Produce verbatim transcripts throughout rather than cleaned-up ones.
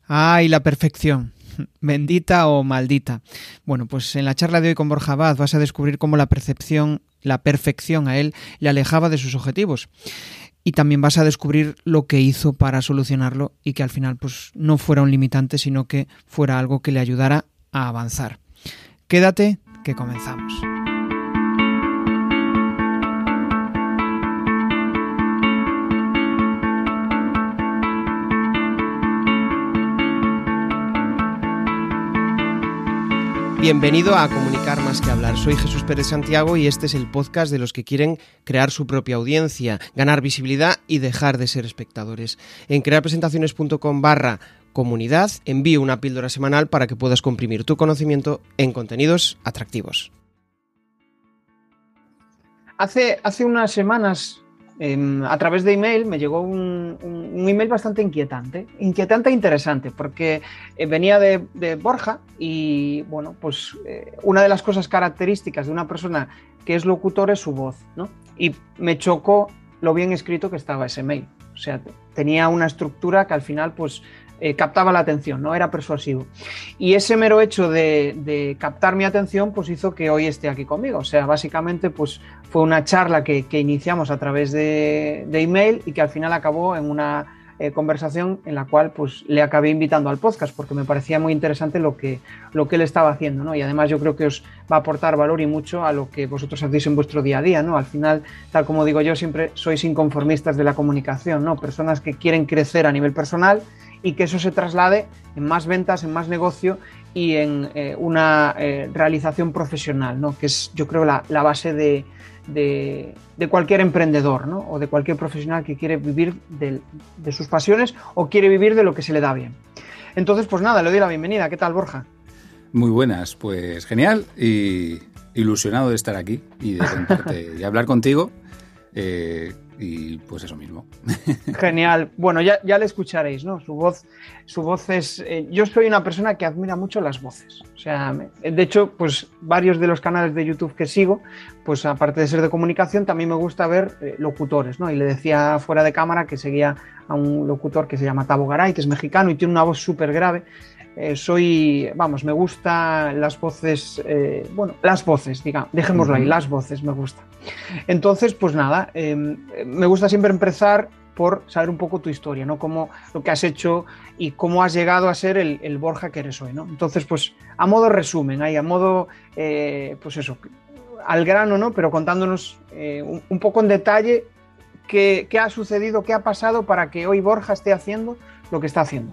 ¡Ay, la perfección! Bendita o maldita. Bueno, pues en la charla de hoy con Borja Abad vas a descubrir cómo la percepción, la perfección a él le alejaba de sus objetivos. Y también vas a descubrir lo que hizo para solucionarlo y que al final pues no fuera un limitante, sino que fuera algo que le ayudara a avanzar. Quédate, que comenzamos. Bienvenido a Comunicar más que hablar. Soy Jesús Pérez Santiago y este es el podcast de los que quieren crear su propia audiencia, ganar visibilidad y dejar de ser espectadores. En crearpresentaciones.com barra comunidad envío una píldora semanal para que puedas comprimir tu conocimiento en contenidos atractivos. Hace, hace unas semanas, eh, a través de email, me llegó un, un, un email bastante inquietante, inquietante e interesante, porque eh, venía de, de Borja y, bueno, pues eh, una de las cosas características de una persona que es locutor es su voz, ¿no? Y me chocó lo bien escrito que estaba ese mail. O sea, tenía una estructura que al final, pues, eh, captaba la atención, ¿no? Era persuasivo. Y ese mero hecho de, de captar mi atención, pues hizo que hoy esté aquí conmigo. O sea, básicamente, pues fue una charla que, que iniciamos a través de, de email y que al final acabó en una eh, conversación en la cual pues le acabé invitando al podcast porque me parecía muy interesante lo que, lo que él estaba haciendo, ¿no? Y además yo creo que os va a aportar valor y mucho a lo que vosotros hacéis en vuestro día a día, ¿no? Al final, tal como digo yo, siempre sois inconformistas de la comunicación, ¿no? Personas que quieren crecer a nivel personal y que eso se traslade en más ventas, en más negocio y en eh, una eh, realización profesional, ¿no? Que es, yo creo, la, la base de, de, de cualquier emprendedor, ¿no? O de cualquier profesional que quiere vivir de, de sus pasiones o quiere vivir de lo que se le da bien. Entonces, pues nada, le doy la bienvenida. ¿Qué tal, Borja? Muy buenas, pues genial y ilusionado de estar aquí y de contarte y hablar contigo. Eh, y pues eso mismo. Genial. Bueno, ya, ya le escucharéis, ¿no? Su voz, su voz es... Eh, yo soy una persona que admira mucho las voces. O sea, de hecho, pues varios de los canales de YouTube que sigo, pues aparte de ser de comunicación, también me gusta ver eh, locutores, ¿no? Y le decía fuera de cámara que seguía a un locutor que se llama Tabo Garay, que es mexicano y tiene una voz súper grave. Eh, soy, vamos, me gustan las voces, eh, bueno, las voces, digamos, dejémoslo ahí, las voces me gustan. Entonces, pues nada, eh, me gusta siempre empezar por saber un poco tu historia, ¿no? Cómo, lo que has hecho y cómo has llegado a ser el, el Borja que eres hoy, ¿no? Entonces, pues a modo resumen, ahí, a modo, eh, pues eso, al grano, ¿no? Pero contándonos eh, un, un poco en detalle qué, qué ha sucedido, qué ha pasado para que hoy Borja esté haciendo lo que está haciendo.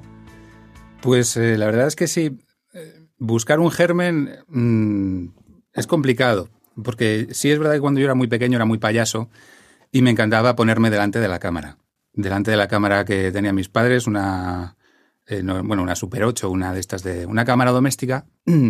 Pues eh, la verdad es que sí, buscar un germen mmm, es complicado, porque sí es verdad que cuando yo era muy pequeño era muy payaso y me encantaba ponerme delante de la cámara. Delante de la cámara que tenían mis padres, una, eh, no, bueno, una Super ocho, una de estas de una cámara doméstica.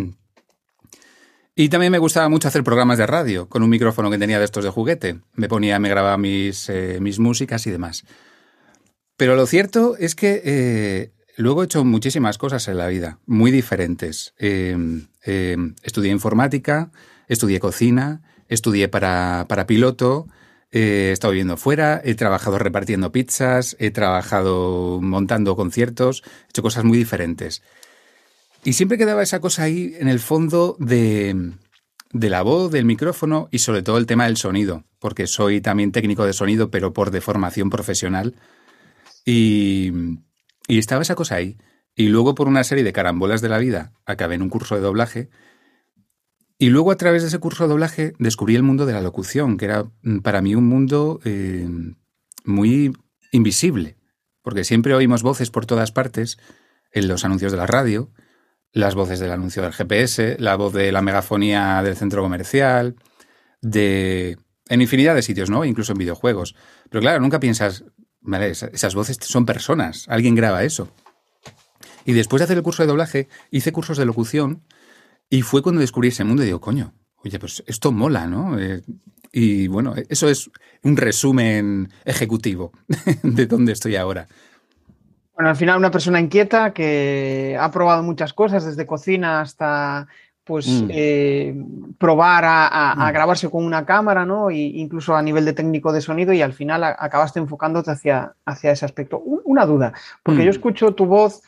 Y también me gustaba mucho hacer programas de radio con un micrófono que tenía de estos de juguete. Me ponía, me grababa mis, eh, mis músicas y demás. Pero lo cierto es que eh, luego he hecho muchísimas cosas en la vida, muy diferentes. Eh, eh, estudié informática, estudié cocina, estudié para, para piloto, eh, he estado viviendo fuera, he trabajado repartiendo pizzas, he trabajado montando conciertos, he hecho cosas muy diferentes. Y siempre quedaba esa cosa ahí en el fondo de, de la voz, del micrófono y sobre todo el tema del sonido, porque soy también técnico de sonido, pero por deformación profesional. Y... Y estaba esa cosa ahí. Y luego, por una serie de carambolas de la vida, acabé en un curso de doblaje. Y luego, a través de ese curso de doblaje, descubrí el mundo de la locución, que era para mí un mundo eh, muy invisible. Porque siempre oímos voces por todas partes, en los anuncios de la radio, las voces del anuncio del G P S, la voz de la megafonía del centro comercial, de en infinidad de sitios, ¿no? Incluso en videojuegos. Pero claro, nunca piensas... Vale, esas voces son personas, alguien graba eso. Y después de hacer el curso de doblaje, hice cursos de locución y fue cuando descubrí ese mundo y digo, coño, oye, pues esto mola, ¿no? Eh, y bueno, eso es un resumen ejecutivo de dónde estoy ahora. Bueno, al final una persona inquieta que ha probado muchas cosas, desde cocina hasta pues mm. eh, probar a, a, a grabarse con una cámara, ¿no? Y incluso a nivel de técnico de sonido, y al final a, acabaste enfocándote hacia, hacia ese aspecto. Un, una duda, porque mm. yo escucho tu voz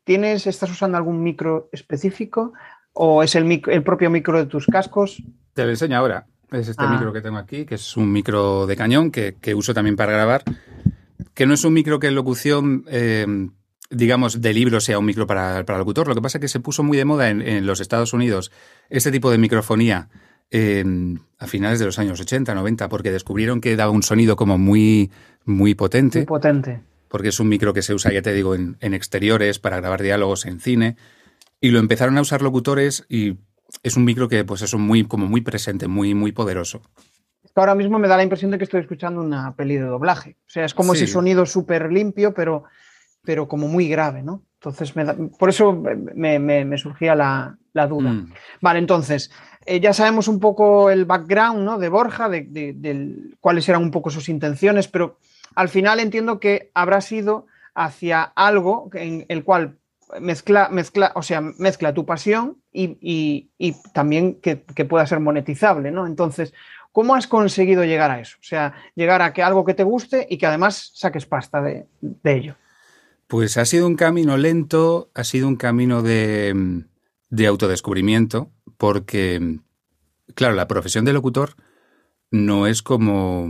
¿tienes, estás usando algún micro específico o es el, micro, el propio micro de tus cascos? Te lo enseño ahora. Es este ah. micro que tengo aquí, que es un micro de cañón que, que uso también para grabar, que no es un micro que en locución, eh, digamos, de libro sea un micro para, para locutor. Lo que pasa es que se puso muy de moda en, en los Estados Unidos este tipo de microfonía eh, a finales de los años ochenta, noventa, porque descubrieron que daba un sonido como muy, muy potente. Muy potente. Porque es un micro que se usa, ya te digo, en, en exteriores, para grabar diálogos en cine. Y lo empezaron a usar locutores y es un micro que, pues, es muy, como muy presente, muy, muy poderoso. Ahora mismo me da la impresión de que estoy escuchando una peli de doblaje. O sea, es como Sí. ese sonido súper limpio, pero, pero como muy grave, ¿no? Entonces, me da, por eso me, me, me surgía la, la duda. Mm. Vale, entonces, eh, ya sabemos un poco el background, ¿no?, de Borja, de, de, de cuáles eran un poco sus intenciones, pero al final entiendo que habrá sido hacia algo en el cual mezcla, mezcla, o sea, mezcla tu pasión y, y, y también que, que pueda ser monetizable, ¿no? Entonces, ¿cómo has conseguido llegar a eso? O sea, llegar a que algo que te guste y que además saques pasta de, de ello. Pues ha sido un camino lento, ha sido un camino de, de autodescubrimiento, porque, claro, la profesión de locutor no es como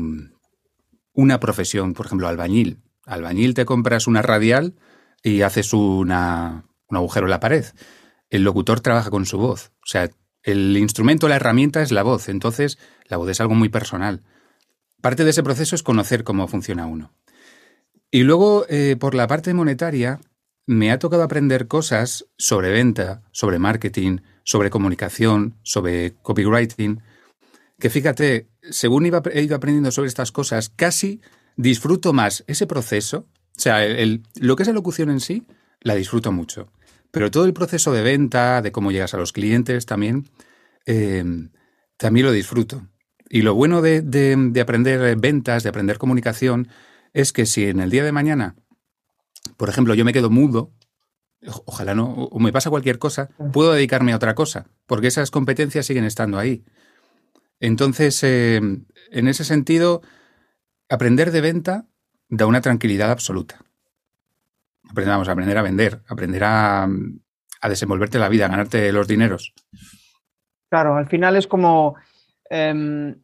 una profesión, por ejemplo, albañil. Albañil te compras una radial y haces una, un agujero en la pared. El locutor trabaja con su voz. O sea, el instrumento, la herramienta es la voz. Entonces, la voz es algo muy personal. Parte de ese proceso es conocer cómo funciona uno. Y luego, eh, por la parte monetaria, me ha tocado aprender cosas sobre venta, sobre marketing, sobre comunicación, sobre copywriting, que fíjate, según iba, he ido aprendiendo sobre estas cosas, casi disfruto más ese proceso. O sea, el, el, lo que es la locución en sí, la disfruto mucho. Pero todo el proceso de venta, de cómo llegas a los clientes también, eh, también lo disfruto. Y lo bueno de, de, de aprender ventas, de aprender comunicación, es que si en el día de mañana, por ejemplo, yo me quedo mudo, ojalá no, o me pasa cualquier cosa, puedo dedicarme a otra cosa, porque esas competencias siguen estando ahí. Entonces, eh, en ese sentido, aprender de venta da una tranquilidad absoluta. Aprendamos a aprender a vender, aprender a, a desenvolverte la vida, a ganarte los dineros. Claro, al final es como eh,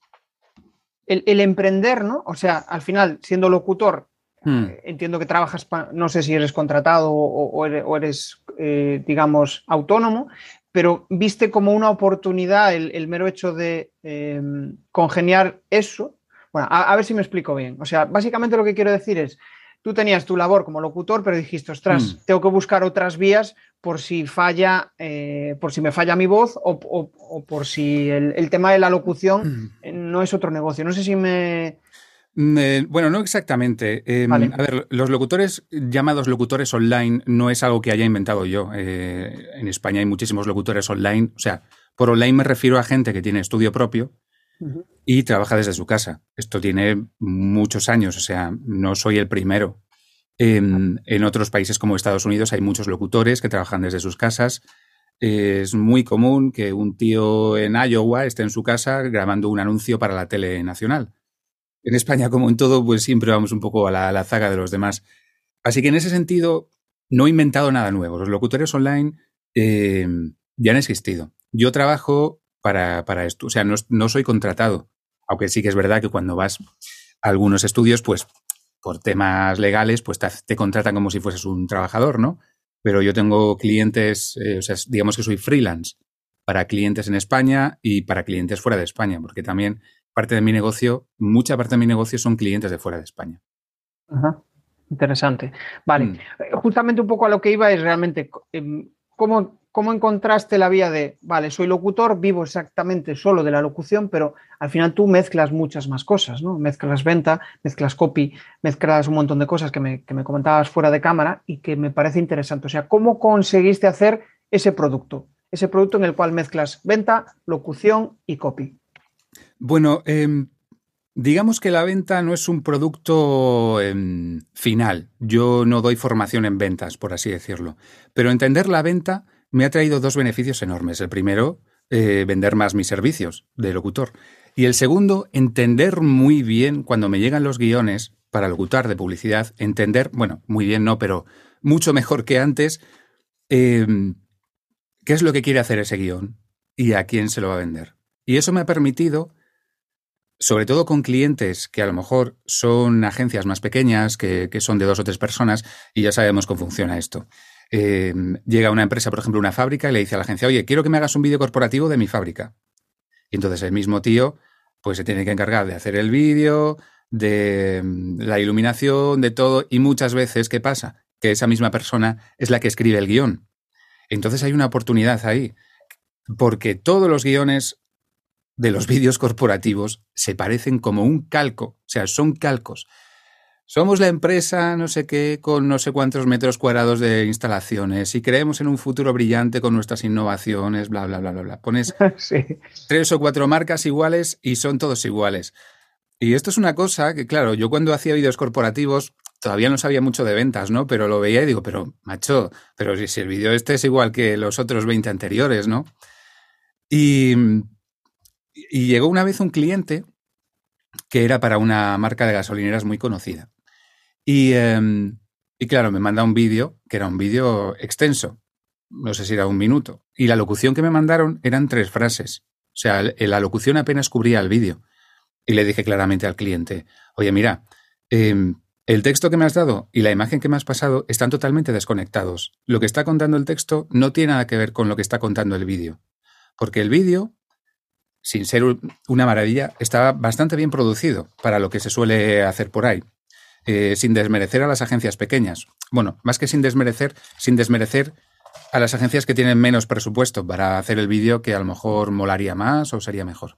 el, el emprender, ¿no? O sea, al final, siendo locutor, hmm. eh, entiendo que trabajas, pa, no sé si eres contratado o, o eres, o eres eh, digamos, autónomo, pero viste como una oportunidad el, el mero hecho de eh, congeniar eso. Bueno, a, a ver si me explico bien. O sea, básicamente lo que quiero decir es, tú tenías tu labor como locutor, pero dijiste, ostras, mm. tengo que buscar otras vías por si falla, eh, por si me falla mi voz o, o, o por si el, el tema de la locución mm. no es otro negocio. No sé si me... Eh, bueno, no exactamente. Eh, vale. A ver, los locutores, llamados locutores online, no es algo que haya inventado yo. Eh, en España hay muchísimos locutores online. O sea, por online me refiero a gente que tiene estudio propio uh-huh. y trabaja desde su casa. Esto tiene muchos años, o sea, no soy el primero. En, en otros países como Estados Unidos hay muchos locutores que trabajan desde sus casas. Es muy común que un tío en Iowa esté en su casa grabando un anuncio para la tele nacional. En España, como en todo, pues siempre vamos un poco a la, a la zaga de los demás. Así que en ese sentido, no he inventado nada nuevo. Los locutores online eh, ya han existido. Yo trabajo para, para esto, o sea, no, no soy contratado, aunque sí que es verdad que cuando vas a algunos estudios, pues por temas legales, pues te, te contratan como si fueses un trabajador, ¿no? Pero yo tengo clientes, eh, o sea, digamos que soy freelance para clientes en España y para clientes fuera de España, porque también parte de mi negocio, mucha parte de mi negocio son clientes de fuera de España. Ajá. Interesante. Vale. Mm. Justamente un poco a lo que iba es realmente cómo, cómo encontraste la vía de, vale, soy locutor, vivo exactamente solo de la locución, pero al final tú mezclas muchas más cosas, ¿no? Mezclas venta, mezclas copy, mezclas un montón de cosas que me, que me comentabas fuera de cámara y que me parece interesante. O sea, ¿cómo conseguiste hacer ese producto? Ese producto en el cual mezclas venta, locución y copy. Bueno, eh, digamos que la venta no es un producto eh, final. Yo no doy formación en ventas, por así decirlo. Pero entender la venta me ha traído dos beneficios enormes. El primero, eh, vender más mis servicios de locutor. Y el segundo, entender muy bien cuando me llegan los guiones para locutar de publicidad, entender, bueno, muy bien no, pero mucho mejor que antes eh, qué es lo que quiere hacer ese guión y a quién se lo va a vender. Y eso me ha permitido, sobre todo con clientes que a lo mejor son agencias más pequeñas, que, que son de dos o tres personas, y ya sabemos cómo funciona esto. Eh, llega una empresa, por ejemplo, una fábrica, y le dice a la agencia, oye, quiero que me hagas un vídeo corporativo de mi fábrica. Y entonces el mismo tío pues se tiene que encargar de hacer el vídeo, de la iluminación, de todo, y muchas veces, ¿qué pasa? Que esa misma persona es la que escribe el guión. Entonces hay una oportunidad ahí, porque todos los guiones de los vídeos corporativos se parecen como un calco, o sea, son calcos. Somos la empresa no sé qué con no sé cuántos metros cuadrados de instalaciones y creemos en un futuro brillante con nuestras innovaciones, bla, bla, bla, bla, bla. Pones sí. tres o cuatro marcas iguales y son todos iguales. Y esto es una cosa que, claro, yo cuando hacía vídeos corporativos todavía no sabía mucho de ventas, ¿no? Pero lo veía y digo, pero, macho, pero si, si el vídeo este es igual que los otros veinte anteriores, ¿no? Y... Y llegó una vez un cliente que era para una marca de gasolineras muy conocida. Y, eh, y claro, me manda un vídeo, que era un vídeo extenso. No sé si era un minuto. Y la locución que me mandaron eran tres frases. O sea, la locución apenas cubría el vídeo. Y le dije claramente al cliente, oye, mira, eh, el texto que me has dado y la imagen que me has pasado están totalmente desconectados. Lo que está contando el texto no tiene nada que ver con lo que está contando el vídeo. Porque el vídeo, sin ser una maravilla, está bastante bien producido para lo que se suele hacer por ahí, eh, sin desmerecer a las agencias pequeñas. Bueno, más que sin desmerecer, sin desmerecer a las agencias que tienen menos presupuesto para hacer el vídeo que a lo mejor molaría más o sería mejor.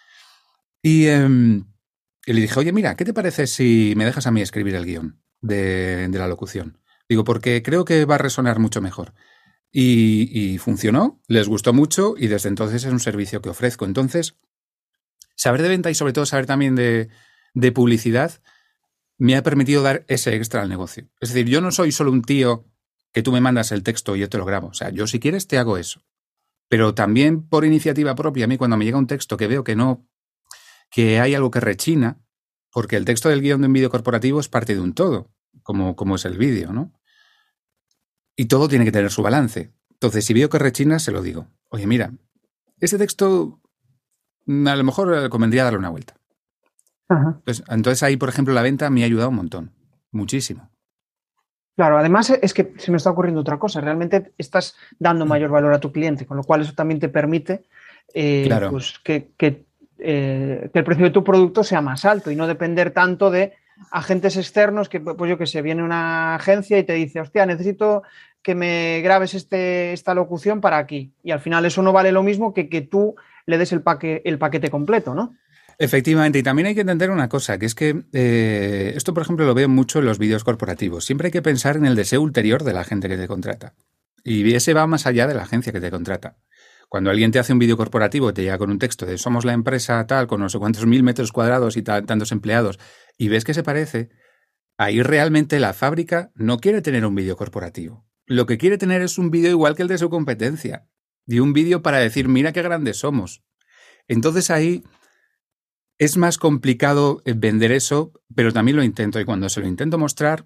Y, eh, y le dije, oye, mira, ¿qué te parece si me dejas a mí escribir el guión de, de la locución? Digo, porque creo que va a resonar mucho mejor. Y, y funcionó, les gustó mucho y desde entonces es un servicio que ofrezco. Entonces, saber de venta y sobre todo saber también de, de publicidad me ha permitido dar ese extra al negocio. Es decir, yo no soy solo un tío que tú me mandas el texto y yo te lo grabo. O sea, yo si quieres te hago eso. Pero también por iniciativa propia, a mí cuando me llega un texto que veo que no, que hay algo que rechina, porque el texto del guión de un vídeo corporativo es parte de un todo, como, como es el vídeo, ¿no? Y todo tiene que tener su balance. Entonces, si veo que rechina, se lo digo. Oye, mira, este texto a lo mejor convendría darle una vuelta. Ajá. Entonces, entonces ahí, por ejemplo, la venta me ha ayudado un montón. Muchísimo. Claro, además es que se me está ocurriendo otra cosa. Realmente estás dando mayor valor a tu cliente, con lo cual eso también te permite eh, claro. pues, que, que, eh, que el precio de tu producto sea más alto y no depender tanto de agentes externos que, pues yo que sé, viene una agencia y te dice, hostia, necesito que me grabes este, esta locución para aquí. Y al final eso no vale lo mismo que que tú le des el, paque, el paquete completo, ¿no? Efectivamente, y también hay que entender una cosa, que es que eh, esto, por ejemplo, lo veo mucho en los vídeos corporativos. Siempre hay que pensar en el deseo ulterior de la gente que te contrata. Y ese va más allá de la agencia que te contrata. Cuando alguien te hace un vídeo corporativo y te llega con un texto de somos la empresa tal, con no sé cuántos mil metros cuadrados y tantos empleados, y ves que se parece, ahí realmente la fábrica no quiere tener un vídeo corporativo. Lo que quiere tener es un vídeo igual que el de su competencia. Y un vídeo para decir, mira qué grandes somos. Entonces ahí es más complicado vender eso, pero también lo intento. Y cuando se lo intento mostrar,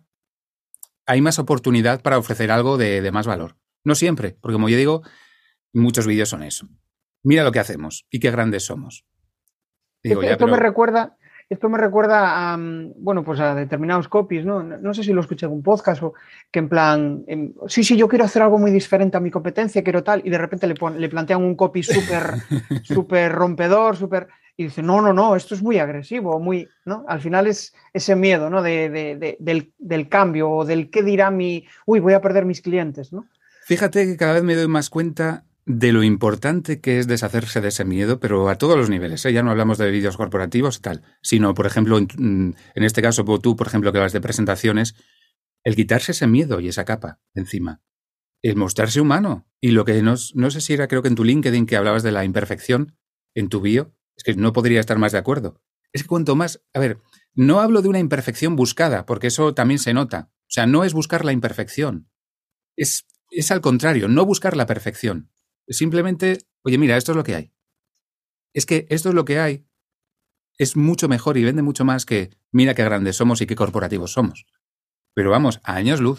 hay más oportunidad para ofrecer algo de, de más valor. No siempre, porque como yo digo, muchos vídeos son eso. Mira lo que hacemos y qué grandes somos. Digo, esto ya, pero... me recuerda, esto me recuerda a, bueno, pues a determinados copies, ¿no? No sé si lo escuché en un podcast o que en plan, en, sí, sí, yo quiero hacer algo muy diferente a mi competencia, quiero tal, y de repente le, pon, le plantean un copy súper súper rompedor, súper... Y dice, no, no, no, esto es muy agresivo, muy, ¿no? Al final es ese miedo, ¿no? De, de, de, del, del cambio o del qué dirá mi, uy, voy a perder mis clientes, ¿no? Fíjate que cada vez me doy más cuenta de lo importante que es deshacerse de ese miedo, pero a todos los niveles, ¿eh? Ya no hablamos de vídeos corporativos y tal, sino, por ejemplo, en, en este caso, tú, por ejemplo, que hablas de presentaciones, el quitarse ese miedo y esa capa de encima, el mostrarse humano. Y lo que no, no sé si era, creo que en tu LinkedIn que hablabas de la imperfección, en tu bio, es que no podría estar más de acuerdo. Es que cuanto más... A ver, no hablo de una imperfección buscada, porque eso también se nota. O sea, no es buscar la imperfección. Es, es al contrario, no buscar la perfección. Simplemente, oye, mira, esto es lo que hay. Es que esto es lo que hay. Es mucho mejor y vende mucho más que mira qué grandes somos y qué corporativos somos. Pero vamos, a años luz.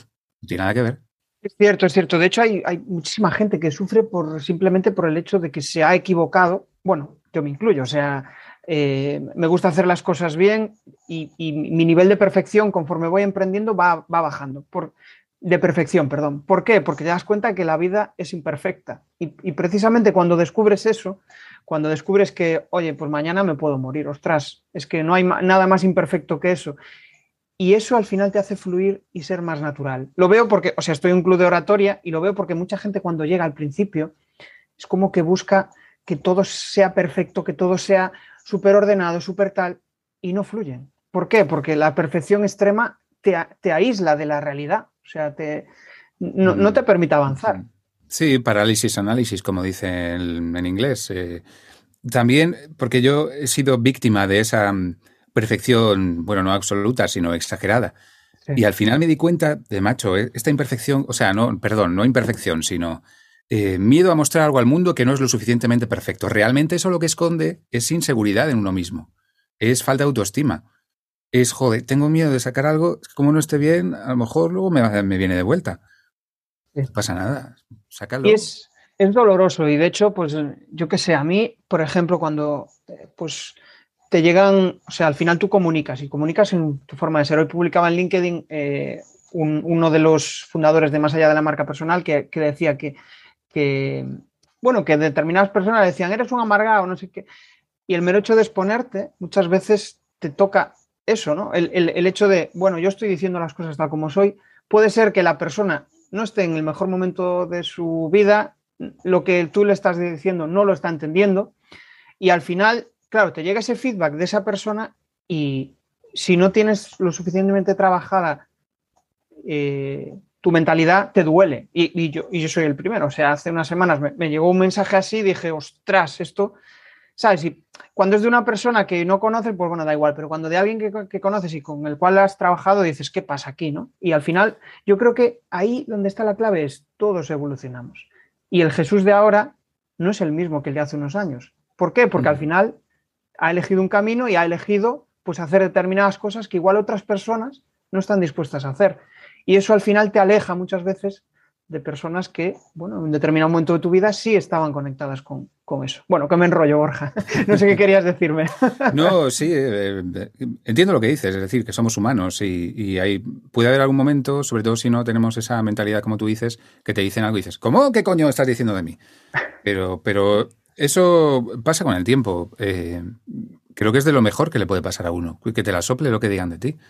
No tiene nada que ver. Es cierto, es cierto. De hecho, hay, hay muchísima gente que sufre por, simplemente por el hecho de que se ha equivocado. Bueno, yo me incluyo, o sea, eh, me gusta hacer las cosas bien y, y mi nivel de perfección conforme voy emprendiendo va, va bajando. Por, de perfección, perdón. ¿Por qué? Porque te das cuenta que la vida es imperfecta. Y, y precisamente cuando descubres eso, cuando descubres que, oye, pues mañana me puedo morir, ostras, es que no hay ma- nada más imperfecto que eso. Y eso al final te hace fluir y ser más natural. Lo veo porque, o sea, estoy en un club de oratoria y lo veo porque mucha gente cuando llega al principio es como que busca que todo sea perfecto, que todo sea súper ordenado, súper tal, y no fluyen. ¿Por qué? Porque la perfección extrema te, te aísla de la realidad, o sea, te, no, no te permite avanzar. Sí, parálisis análisis, como dice en, en inglés. Eh, también, porque yo he sido víctima de esa mm, perfección, bueno, no absoluta, sino exagerada. Sí. Y al final me di cuenta de, macho, eh, esta imperfección, o sea, no, perdón, no imperfección, sino eh, miedo a mostrar algo al mundo que no es lo suficientemente perfecto. Realmente eso lo que esconde es inseguridad en uno mismo, es falta de autoestima. Es, joder, tengo miedo de sacar algo, como no esté bien, a lo mejor luego me, me viene de vuelta. Sí. No pasa nada, sácalo. Y es, es doloroso y de hecho, pues yo qué sé, a mí, por ejemplo, cuando eh, pues te llegan, o sea, al final tú comunicas y comunicas en tu forma de ser. Hoy publicaba en LinkedIn eh, un, uno de los fundadores de Más allá de la marca personal que, que decía que, que, bueno, que determinadas personas decían, eres un amargado, no sé qué. Y el mero hecho de exponerte, muchas veces te toca eso, ¿no? El, el, el hecho de, bueno, yo estoy diciendo las cosas tal como soy, puede ser que la persona no esté en el mejor momento de su vida, lo que tú le estás diciendo no lo está entendiendo, y al final, claro, te llega ese feedback de esa persona y si no tienes lo suficientemente trabajada eh, tu mentalidad, te duele. Y, y, yo, y yo soy el primero. O sea, hace unas semanas me, me llegó un mensaje así y dije, ostras, esto, ¿sabes? Y cuando es de una persona que no conoces, pues bueno, da igual, pero cuando de alguien que, que conoces y con el cual has trabajado, dices, ¿qué pasa aquí, no? Y al final, yo creo que ahí donde está la clave es, todos evolucionamos. Y el Jesús de ahora no es el mismo que el de hace unos años. ¿Por qué? Porque al final ha elegido un camino y ha elegido pues hacer determinadas cosas que igual otras personas no están dispuestas a hacer. Y eso al final te aleja muchas veces de personas que, bueno, en un determinado momento de tu vida sí estaban conectadas con, con eso. Bueno, que me enrollo, Borja. No sé qué querías decirme. No, sí, eh, entiendo lo que dices, es decir, que somos humanos y, y hay, puede haber algún momento, sobre todo si no tenemos esa mentalidad, como tú dices, que te dicen algo y dices, ¿cómo? ¿Qué coño estás diciendo de mí? Pero, pero eso pasa con el tiempo. Eh, creo que es de lo mejor que le puede pasar a uno, que te la sople lo que digan de ti.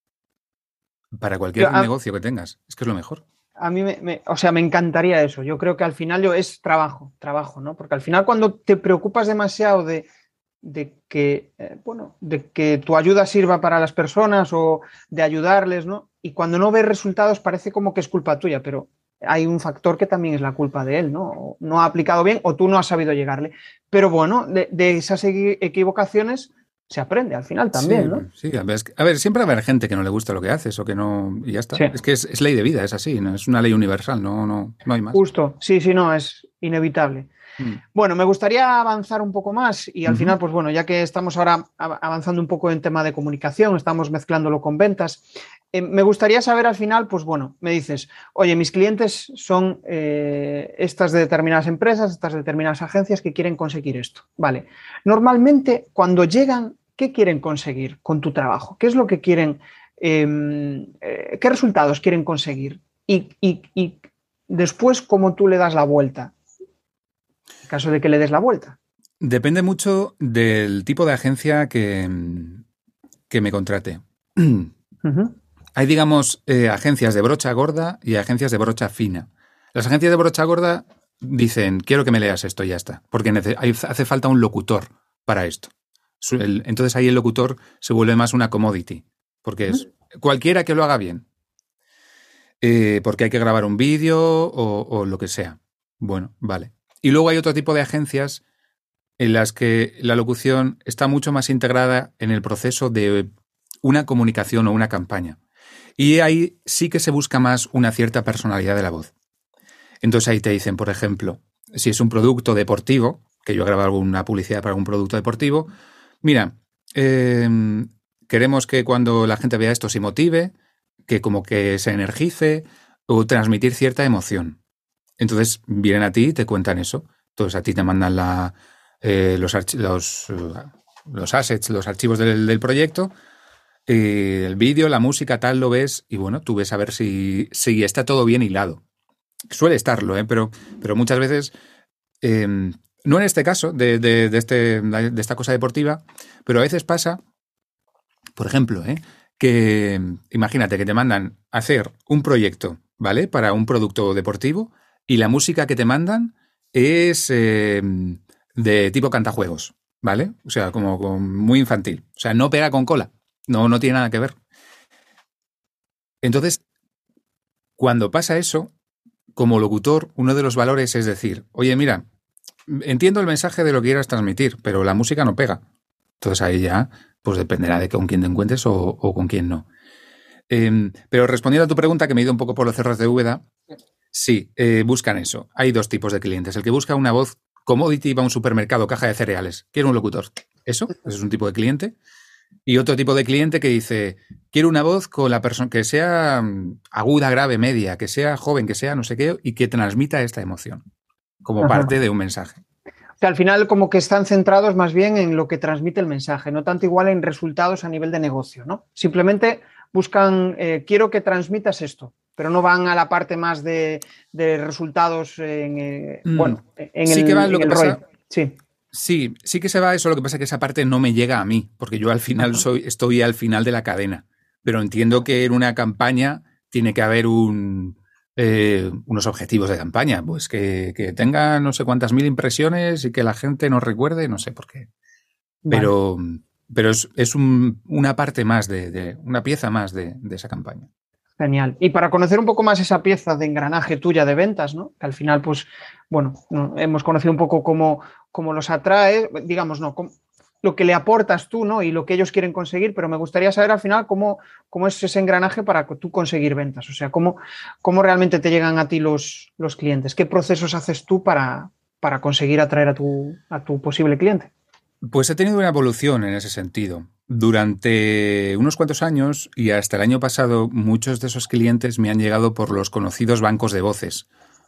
Para cualquier Yo, a, negocio que tengas, es que es lo mejor. A mí, me, me, o sea, me encantaría eso. Yo creo que al final yo, es trabajo, trabajo, ¿no? Porque al final cuando te preocupas demasiado de, de que, eh, bueno, de que tu ayuda sirva para las personas o de ayudarles, ¿no? Y cuando no ves resultados parece como que es culpa tuya, pero hay un factor que también es la culpa de él, ¿no? O no ha aplicado bien o tú no has sabido llegarle. Pero bueno, de, de esas equivocaciones se aprende al final también, sí, ¿no? Sí, a ver, a ver, siempre va a haber gente que no le gusta lo que haces o que no, y ya está. Sí. Es que es, es ley de vida, es así, ¿no? Es una ley universal, no, no, no hay más. Justo, sí, sí, no, es inevitable. Mm. Bueno, me gustaría avanzar un poco más y al uh-huh. final, pues bueno, ya que estamos ahora avanzando un poco en tema de comunicación, estamos mezclándolo con ventas, eh, me gustaría saber al final, pues bueno, me dices, oye, mis clientes son eh, estas de determinadas empresas, estas de determinadas agencias que quieren conseguir esto. Vale, normalmente cuando llegan, ¿qué quieren conseguir con tu trabajo? ¿Qué es lo que quieren, eh, eh, qué resultados quieren conseguir? Y, y, y después, ¿cómo tú le das la vuelta? En caso de que le des la vuelta. Depende mucho del tipo de agencia que, que me contrate. Uh-huh. Hay, digamos, eh, agencias de brocha gorda y agencias de brocha fina. Las agencias de brocha gorda dicen, quiero que me leas esto y ya está, porque nece- hace falta un locutor para esto. El, entonces ahí el locutor se vuelve más una commodity, porque es uh-huh. cualquiera que lo haga bien. Eh, porque hay que grabar un vídeo o, o lo que sea. Bueno, vale. Y luego hay otro tipo de agencias en las que la locución está mucho más integrada en el proceso de una comunicación o una campaña. Y ahí sí que se busca más una cierta personalidad de la voz. Entonces ahí te dicen, por ejemplo, si es un producto deportivo, que yo he grabado alguna publicidad para un producto deportivo, mira, eh, queremos que cuando la gente vea esto se motive, que como que se energice, o transmitir cierta emoción. Entonces vienen a ti y te cuentan eso. Entonces a ti te mandan la, eh, los, archi- los, los assets, los archivos del, del proyecto, eh, el vídeo, la música, tal, lo ves y bueno, tú ves a ver si, si está todo bien hilado. Suele estarlo, ¿eh? pero, pero muchas veces, eh, no en este caso de, de, de, este, de esta cosa deportiva, pero a veces pasa, por ejemplo, ¿eh? que imagínate que te mandan a hacer un proyecto, ¿vale? Para un producto deportivo y la música que te mandan es eh, de tipo cantajuegos, ¿vale? O sea, como, como muy infantil. O sea, no pega con cola. No, no tiene nada que ver. Entonces, cuando pasa eso, como locutor, uno de los valores es decir, oye, mira, entiendo el mensaje de lo que quieras transmitir, pero la música no pega. Entonces ahí ya, pues dependerá de con quién te encuentres o, o con quién no. Eh, pero respondiendo a tu pregunta, que me he ido un poco por los cerros de Úbeda, sí, eh, buscan eso. Hay dos tipos de clientes. El que busca una voz commodity, va a un supermercado, caja de cereales, quiere un locutor. Eso, eso es un tipo de cliente. Y otro tipo de cliente que dice, quiero una voz con la persona que sea aguda, grave, media, que sea joven, que sea no sé qué, y que transmita esta emoción como Ajá. parte de un mensaje. O sea, al final como que están centrados más bien en lo que transmite el mensaje, no tanto igual en resultados a nivel de negocio, ¿no? Simplemente buscan, eh, quiero que transmitas esto, pero no van a la parte más de, de resultados en, eh, mm. bueno, en sí el, que va, lo en que el pasa, rol. Sí. Sí, sí que se va eso, lo que pasa es que esa parte no me llega a mí, porque yo al final soy, estoy al final de la cadena, pero entiendo que en una campaña tiene que haber un, eh, unos objetivos de campaña, pues que, que tenga no sé cuántas mil impresiones y que la gente nos recuerde, no sé por qué, pero, vale. pero es, es un, una parte más, de, de una pieza más de, de esa campaña. Genial. Y para conocer un poco más esa pieza de engranaje tuya de ventas, ¿no? Que al final, pues, bueno, hemos conocido un poco cómo, cómo los atrae, digamos, no, cómo, lo que le aportas tú, ¿no? Y lo que ellos quieren conseguir, pero me gustaría saber al final cómo, cómo es ese engranaje para tú conseguir ventas. O sea, cómo, cómo realmente te llegan a ti los, los clientes. ¿Qué procesos haces tú para, para conseguir atraer a tu, a tu posible cliente? Pues he tenido una evolución en ese sentido. Durante unos cuantos años y hasta el año pasado, muchos de esos clientes me han llegado por los conocidos bancos de voces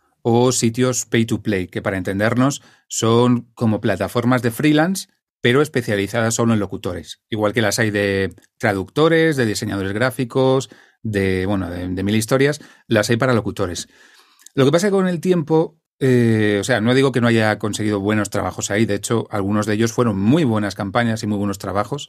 o sitios pay to play, que para entendernos son como plataformas de freelance, pero especializadas solo en locutores. Igual que las hay de traductores, de diseñadores gráficos, de, bueno, de, de mil historias, las hay para locutores. Lo que pasa es que con el tiempo... Eh, o sea, no digo que no haya conseguido buenos trabajos ahí, de hecho, algunos de ellos fueron muy buenas campañas y muy buenos trabajos,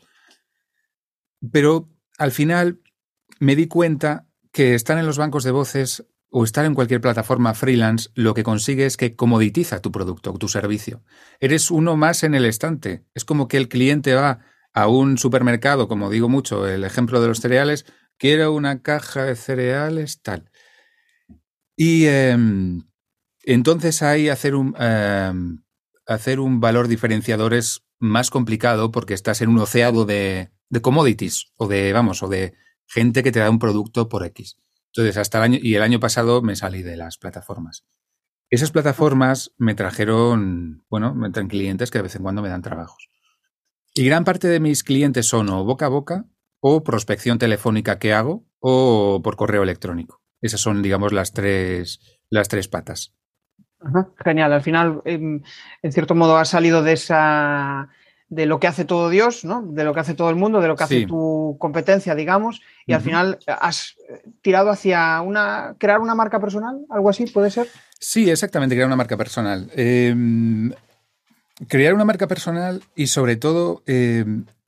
pero al final me di cuenta que estar en los bancos de voces o estar en cualquier plataforma freelance lo que consigue es que comoditiza tu producto, tu servicio. Eres uno más en el estante. Es como que el cliente va a un supermercado, como digo mucho, el ejemplo de los cereales, quiero una caja de cereales, tal. Y... Eh, Entonces ahí hacer un, eh, hacer un valor diferenciador es más complicado porque estás en un océano de, de commodities o de, vamos, o de gente que te da un producto por X. Entonces, hasta el año, y el año pasado me salí de las plataformas. Esas plataformas me trajeron, bueno, me traen clientes que de vez en cuando me dan trabajos. Y gran parte de mis clientes son o boca a boca o prospección telefónica que hago o por correo electrónico. Esas son, digamos, las tres, las tres patas. Ajá, genial, al final en, en cierto modo has salido de esa de lo que hace todo Dios, ¿no? De lo que hace todo el mundo, de lo que sí. hace tu competencia, digamos, y uh-huh. al final has tirado hacia una crear una marca personal, algo así, ¿puede ser? Sí, exactamente, crear una marca personal. Eh, crear una marca personal y sobre todo eh,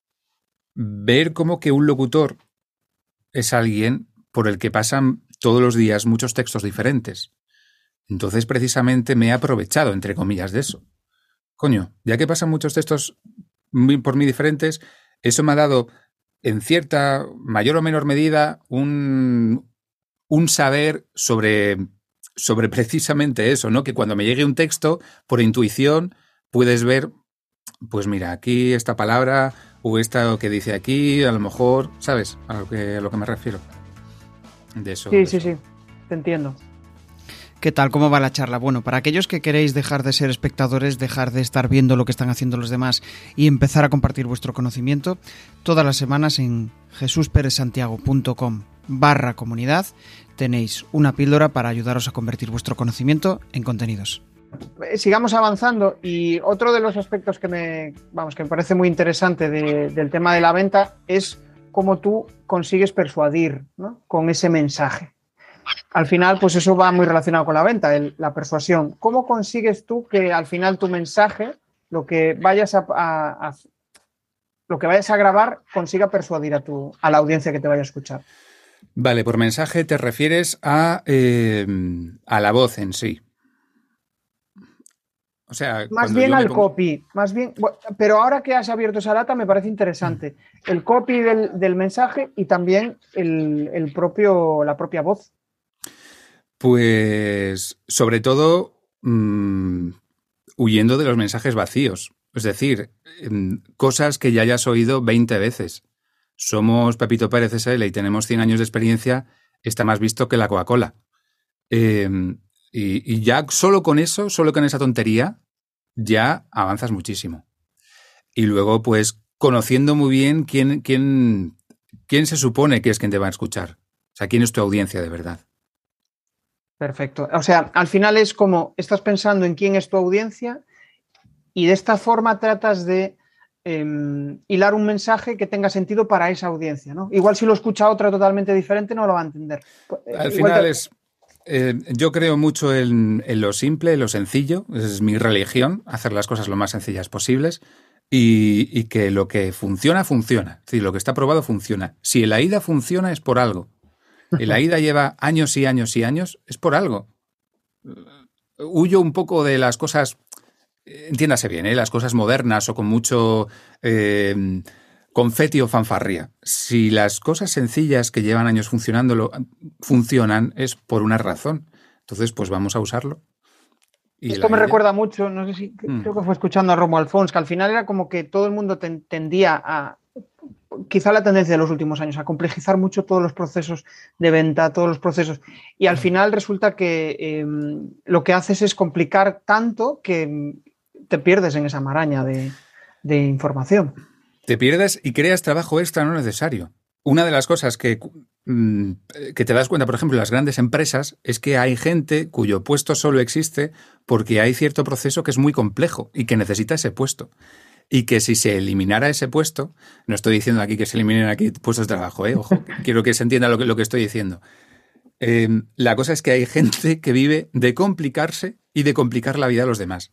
ver cómo que un locutor es alguien por el que pasan todos los días muchos textos diferentes. Entonces, precisamente, me he aprovechado, entre comillas, de eso. Coño, ya que pasan muchos textos muy, por mí diferentes, eso me ha dado, en cierta mayor o menor medida, un, un saber sobre, sobre precisamente eso, ¿no? Que cuando me llegue un texto, por intuición, puedes ver, pues mira, aquí esta palabra o esta que dice aquí, a lo mejor, ¿sabes? A lo que, a lo que me refiero. De eso. Sí, de sí, eso. sí, te entiendo. ¿Qué tal? ¿Cómo va la charla? Bueno, para aquellos que queréis dejar de ser espectadores, dejar de estar viendo lo que están haciendo los demás y empezar a compartir vuestro conocimiento, todas las semanas en jesús pérez santiago punto com. barra comunidad tenéis una píldora para ayudaros a convertir vuestro conocimiento en contenidos. Sigamos avanzando, y otro de los aspectos que me, vamos, que me parece muy interesante de, del tema de la venta es cómo tú consigues persuadir, ¿no?, con ese mensaje. Al final, pues eso va muy relacionado con la venta, el, la persuasión. ¿Cómo consigues tú que al final tu mensaje, lo que vayas a, a, a lo que vayas a grabar, consiga persuadir a tu a la audiencia que te vaya a escuchar? Vale, por mensaje te refieres a, eh, a la voz en sí. O sea, más bien al pongo... copy, más bien, pero ahora que has abierto esa lata me parece interesante mm. el copy del, del mensaje y también el, el propio, la propia voz. Pues sobre todo mmm, huyendo de los mensajes vacíos, es decir, mmm, cosas que ya hayas oído veinte veces. Somos Pepito Pérez S L y tenemos cien años de experiencia, está más visto que la Coca-Cola. Eh, y, y ya solo con eso, solo con esa tontería, ya avanzas muchísimo. Y luego, pues, conociendo muy bien quién, quién, quién se supone que es quien te va a escuchar. O sea, quién es tu audiencia de verdad. Perfecto. O sea, al final es como estás pensando en quién es tu audiencia y de esta forma tratas de eh, hilar un mensaje que tenga sentido para esa audiencia, ¿no? Igual si lo escucha otra totalmente diferente no lo va a entender. Al Igual final te... es... Eh, yo creo mucho en, en lo simple, en lo sencillo. Es mi religión, hacer las cosas lo más sencillas posibles y, y que lo que funciona, funciona. Es decir, lo que está probado funciona. Si el AIDA funciona es por algo. El AIDA lleva años y años y años, es por algo. Huyo un poco de las cosas, entiéndase bien, ¿eh? Las cosas modernas o con mucho eh, confeti o fanfarria. Si las cosas sencillas que llevan años funcionando funcionan, es por una razón. Entonces, pues vamos a usarlo. Y Esto me idea... recuerda mucho, no sé si, mm. creo que fue escuchando a Romo Alfons, que al final era como que todo el mundo ten, tendía a, quizá la tendencia de los últimos años, a complejizar mucho todos los procesos de venta, todos los procesos. Y al final resulta que eh, lo que haces es complicar tanto que te pierdes en esa maraña de, de información. Te pierdes y creas trabajo extra no necesario. Una de las cosas que, que te das cuenta, por ejemplo, en las grandes empresas, es que hay gente cuyo puesto solo existe porque hay cierto proceso que es muy complejo y que necesita ese puesto. Y que si se eliminara ese puesto, no estoy diciendo aquí que se eliminen aquí puestos de trabajo, ¿eh? Ojo, quiero que se entienda lo que, lo que estoy diciendo. Eh, la cosa es que hay gente que vive de complicarse y de complicar la vida a los demás.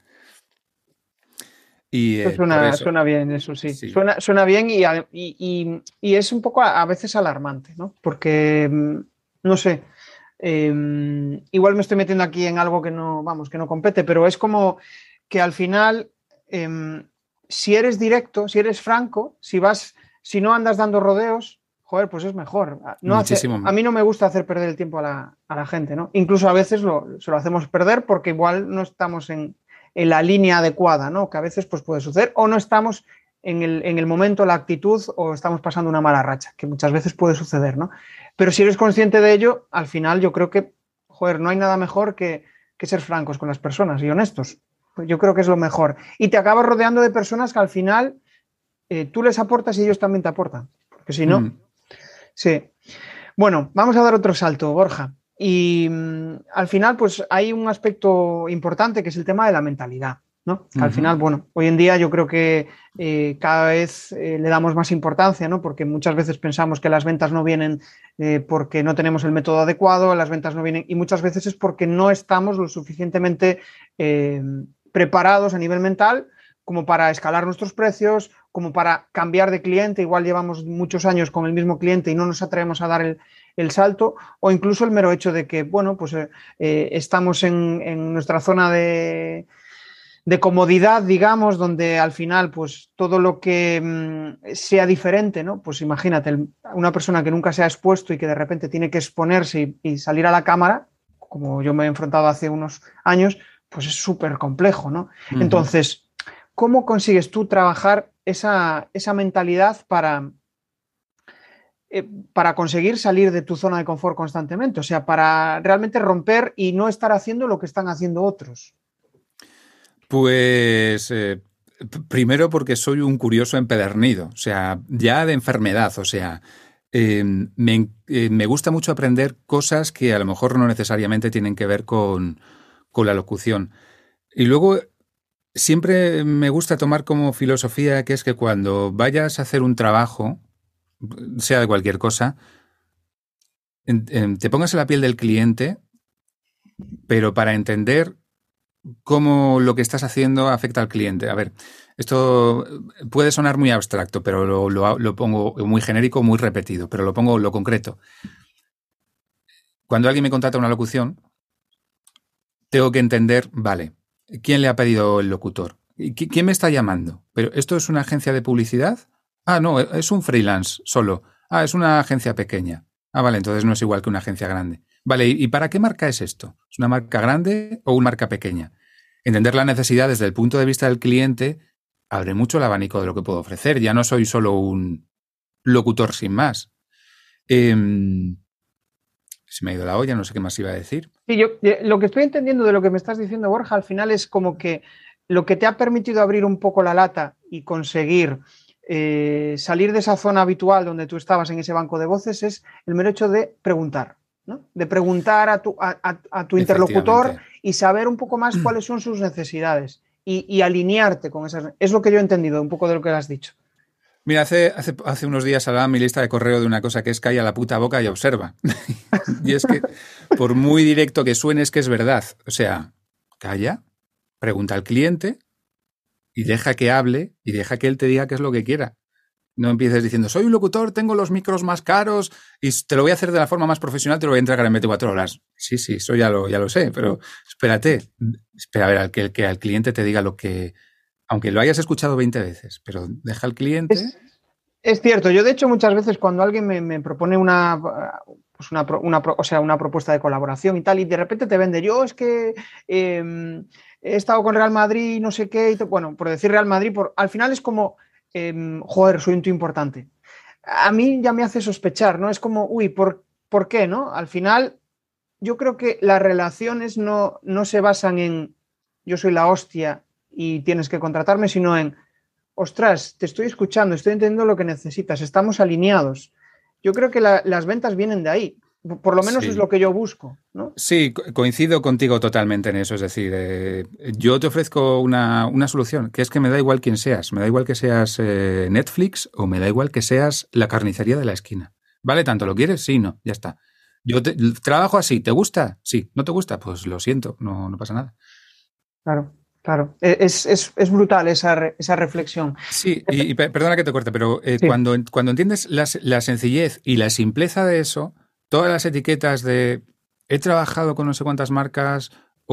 Y, eh, suena, eso, suena bien, eso sí. sí. Suena, suena bien y, y, y, y es un poco a, a veces alarmante, ¿no? Porque, no sé, eh, igual me estoy metiendo aquí en algo que no, vamos, que no compete, pero es como que al final, eh, si eres directo, si eres franco, si vas, si no andas dando rodeos, joder, pues es mejor. No hace, a mí no me gusta hacer perder el tiempo a la, a la gente, ¿no? Incluso a veces lo, se lo hacemos perder porque igual no estamos en... en la línea adecuada, ¿no? Que a veces pues, puede suceder, o no estamos en el, en el momento, la actitud, o estamos pasando una mala racha, que muchas veces puede suceder, ¿no? Pero si eres consciente de ello, al final yo creo que, joder, no hay nada mejor que, que ser francos con las personas y honestos. Yo creo que es lo mejor. Y te acabas rodeando de personas que al final eh, tú les aportas y ellos también te aportan. Porque si no... Mm. Sí. Bueno, vamos a dar otro salto, Borja. Y mmm, al final, pues hay un aspecto importante que es el tema de la mentalidad, ¿no? Uh-huh. Al final, bueno, hoy en día yo creo que eh, cada vez eh, le damos más importancia, ¿no? Porque muchas veces pensamos que las ventas no vienen eh, porque no tenemos el método adecuado, las ventas no vienen, y muchas veces es porque no estamos lo suficientemente eh, preparados a nivel mental como para escalar nuestros precios, como para cambiar de cliente. Igual llevamos muchos años con el mismo cliente y no nos atrevemos a dar el el salto, o incluso el mero hecho de que, bueno, pues eh, estamos en, en nuestra zona de, de comodidad, digamos, donde al final, pues todo lo que mmm, sea diferente, ¿no? Pues imagínate, el, una persona que nunca se ha expuesto y que de repente tiene que exponerse y, y salir a la cámara, como yo me he enfrentado hace unos años, pues es súper complejo, ¿no? Uh-huh. Entonces, ¿cómo consigues tú trabajar esa, esa mentalidad para... para conseguir salir de tu zona de confort constantemente? O sea, para realmente romper y no estar haciendo lo que están haciendo otros. Pues eh, primero porque soy un curioso empedernido, o sea, ya de enfermedad, o sea, eh, me, eh, me gusta mucho aprender cosas que a lo mejor no necesariamente tienen que ver con, con la locución. Y luego siempre me gusta tomar como filosofía que es que cuando vayas a hacer un trabajo, sea de cualquier cosa, en, en, te pongas en la piel del cliente, pero para entender cómo lo que estás haciendo afecta al cliente. A ver, esto puede sonar muy abstracto, pero lo, lo, lo pongo muy genérico, muy repetido, pero lo pongo lo concreto. Cuando alguien me contrata una locución, tengo que entender, vale, ¿quién le ha pedido el locutor? ¿Quién me está llamando? ¿Pero esto es una agencia de publicidad? Ah, no, es un freelance solo. Ah, es una agencia pequeña. Ah, vale, entonces no es igual que una agencia grande. Vale, ¿y para qué marca es esto? ¿Es una marca grande o una marca pequeña? Entender la necesidad desde el punto de vista del cliente abre mucho el abanico de lo que puedo ofrecer. Ya no soy solo un locutor sin más. Eh, se me ha ido la olla, no sé qué más iba a decir. Sí, yo lo que estoy entendiendo de lo que me estás diciendo, Borja, al final es como que lo que te ha permitido abrir un poco la lata y conseguir eh, salir de esa zona habitual donde tú estabas en ese banco de voces es el mero hecho de preguntar, ¿no? De preguntar a tu, a, a, a tu interlocutor y saber un poco más cuáles son sus necesidades y, y alinearte con esas. Es lo que yo he entendido un poco de lo que has dicho. Mira, hace, hace, hace unos días hablaba en mi lista de correo de una cosa que es calla la puta boca y observa. Y es que, por muy directo que suene, es que es verdad. O sea, calla, pregunta al cliente y deja que hable y deja que él te diga qué es lo que quiera. No empieces diciendo, soy un locutor, tengo los micros más caros y te lo voy a hacer de la forma más profesional, te lo voy a entregar en veinticuatro horas. Sí, sí, eso ya lo, ya lo sé, pero espérate. Espera a ver, al que, que al cliente te diga lo que... Aunque lo hayas escuchado veinte veces, pero deja al cliente... Es, es cierto. Yo, de hecho, muchas veces cuando alguien me, me propone una, pues una, una, o sea, una propuesta de colaboración y tal, y de repente te vende, yo es que eh, he estado con Real Madrid, no sé qué, y te, bueno, por decir Real Madrid, por, al final es como, eh, joder, soy un tío importante. A mí ya me hace sospechar, ¿no? Es como, uy, ¿por, ¿por qué, no? Al final, yo creo que las relaciones no, no se basan en yo soy la hostia y tienes que contratarme, sino en, ostras, te estoy escuchando, estoy entendiendo lo que necesitas, estamos alineados. Yo creo que la, las ventas vienen de ahí, por lo menos sí. Es lo que yo busco, ¿no? Sí, coincido contigo totalmente en eso, es decir, eh, yo te ofrezco una, una solución, que es que me da igual quién seas, me da igual que seas eh, Netflix o me da igual que seas la carnicería de la esquina. ¿Vale? ¿Tanto lo quieres? Sí, no, ya está. Yo te, trabajo así, ¿te gusta? Sí, ¿no te gusta? Pues lo siento, no, no pasa nada. Claro. Claro, es, es, es brutal esa, esa reflexión. Sí, y, y perdona que te corte, pero eh, sí. cuando, cuando entiendes la, la sencillez y la simpleza de eso, todas las etiquetas de he trabajado con no sé cuántas marcas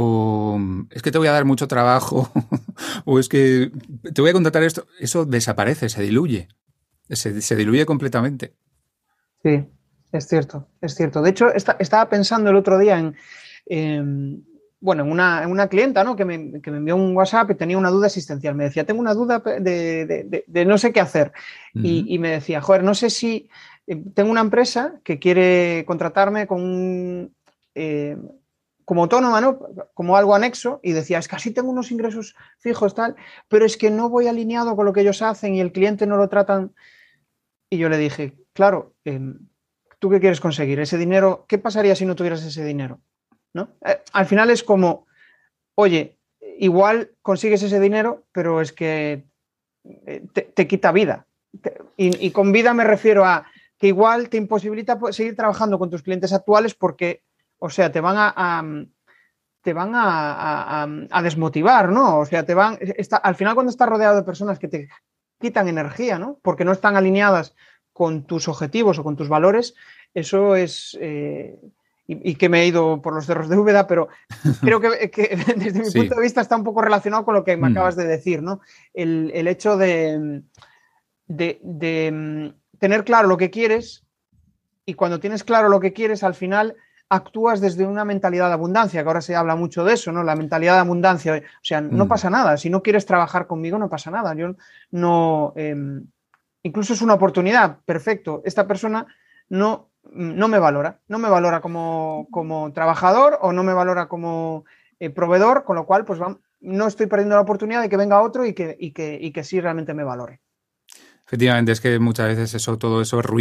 o es que te voy a dar mucho trabajo o es que te voy a contratar esto, eso desaparece, se diluye, se, se diluye completamente. Sí, es cierto, es cierto. De hecho, está, estaba pensando el otro día en... Eh, bueno, en una, en una clienta, ¿no? que, me, que me envió un WhatsApp y tenía una duda existencial. Me decía, tengo una duda de, de, de, de no sé qué hacer. Uh-huh. y, y me decía, joder, no sé si eh, tengo una empresa que quiere contratarme con, eh, como autónoma, ¿no? Como algo anexo. Y decía, es que así tengo unos ingresos fijos, tal, pero es que no voy alineado con lo que ellos hacen y el cliente no lo tratan. Y yo le dije, claro, eh, ¿tú qué quieres conseguir? Ese dinero, ¿qué pasaría si no tuvieras ese dinero? ¿No? Eh, al final es como, oye, igual consigues ese dinero, pero es que te, te quita vida. Te, y, y con vida me refiero a que igual te imposibilita seguir trabajando con tus clientes actuales porque, o sea, te van a, a te van a, a, a, desmotivar, ¿no? O sea, te van, está, al final cuando estás rodeado de personas que te quitan energía, ¿no? Porque no están alineadas con tus objetivos o con tus valores, eso es... Eh, Y, y que me he ido por los cerros de Úbeda, pero creo que, que desde mi sí. punto de vista está un poco relacionado con lo que me mm. acabas de decir, ¿no? El, el hecho de, de, de tener claro lo que quieres y cuando tienes claro lo que quieres, al final actúas desde una mentalidad de abundancia, que ahora se habla mucho de eso, ¿no? La mentalidad de abundancia. O sea, no mm. pasa nada. Si no quieres trabajar conmigo, no pasa nada. Yo no... Eh, incluso es una oportunidad. Perfecto. Esta persona no... no me valora, no me valora como, como trabajador o no me valora como eh, proveedor, con lo cual pues va, no estoy perdiendo la oportunidad de que venga otro y que, y, que, y que sí realmente me valore. Efectivamente, es que muchas veces eso, todo eso es ruido.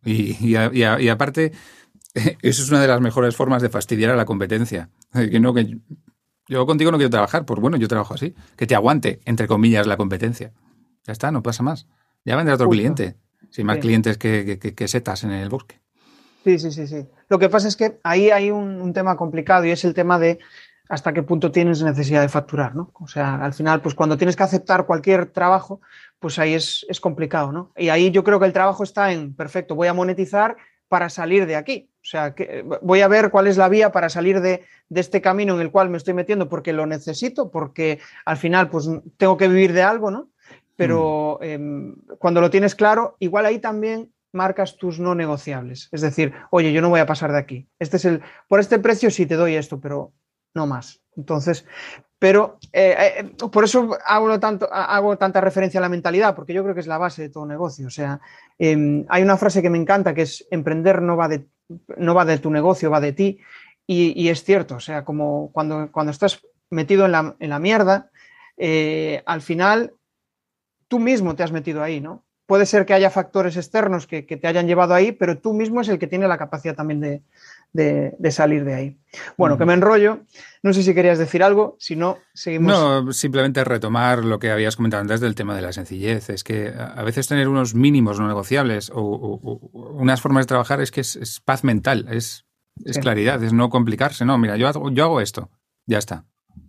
Y, y, y, y aparte, eso es una de las mejores formas de fastidiar a la competencia. Que no, que yo contigo no quiero trabajar, pues bueno, yo trabajo así. Que te aguante, entre comillas, la competencia. Ya está, no pasa más. Ya vendrá otro Justo. cliente. Sin más sí. clientes que, que, que setas en el bosque. Sí, sí, sí, sí. Lo que pasa es que ahí hay un, un tema complicado y es el tema de hasta qué punto tienes necesidad de facturar, ¿no? O sea, al final, pues cuando tienes que aceptar cualquier trabajo, pues ahí es, es complicado, ¿no? Y ahí yo creo que el trabajo está en, perfecto, voy a monetizar para salir de aquí. O sea, que voy a ver cuál es la vía para salir de, de este camino en el cual me estoy metiendo porque lo necesito, porque al final, pues tengo que vivir de algo, ¿no? Pero mm. eh, cuando lo tienes claro, igual ahí también marcas tus no negociables. Es decir, oye, yo no voy a pasar de aquí. Este es el, por este precio sí te doy esto, pero no más. Entonces, pero eh, eh, por eso hago, tanto, hago tanta referencia a la mentalidad, porque yo creo que es la base de todo negocio. O sea, eh, hay una frase que me encanta que es emprender no va de, no va de tu negocio, va de ti. Y, y es cierto, o sea, como cuando, cuando estás metido en la, en la mierda, eh, al final tú mismo te has metido ahí, ¿no? Puede ser que haya factores externos que, que te hayan llevado ahí, pero tú mismo es el que tiene la capacidad también de, de, de salir de ahí. Bueno, mm. que me enrollo. No sé si querías decir algo, si no, seguimos. No, simplemente retomar lo que habías comentado antes del tema de la sencillez. Es que a veces tener unos mínimos no negociables o, o, o unas formas de trabajar es que es, es paz mental, es, es sí. claridad, es no complicarse. No, mira, yo hago, yo hago esto, ya está.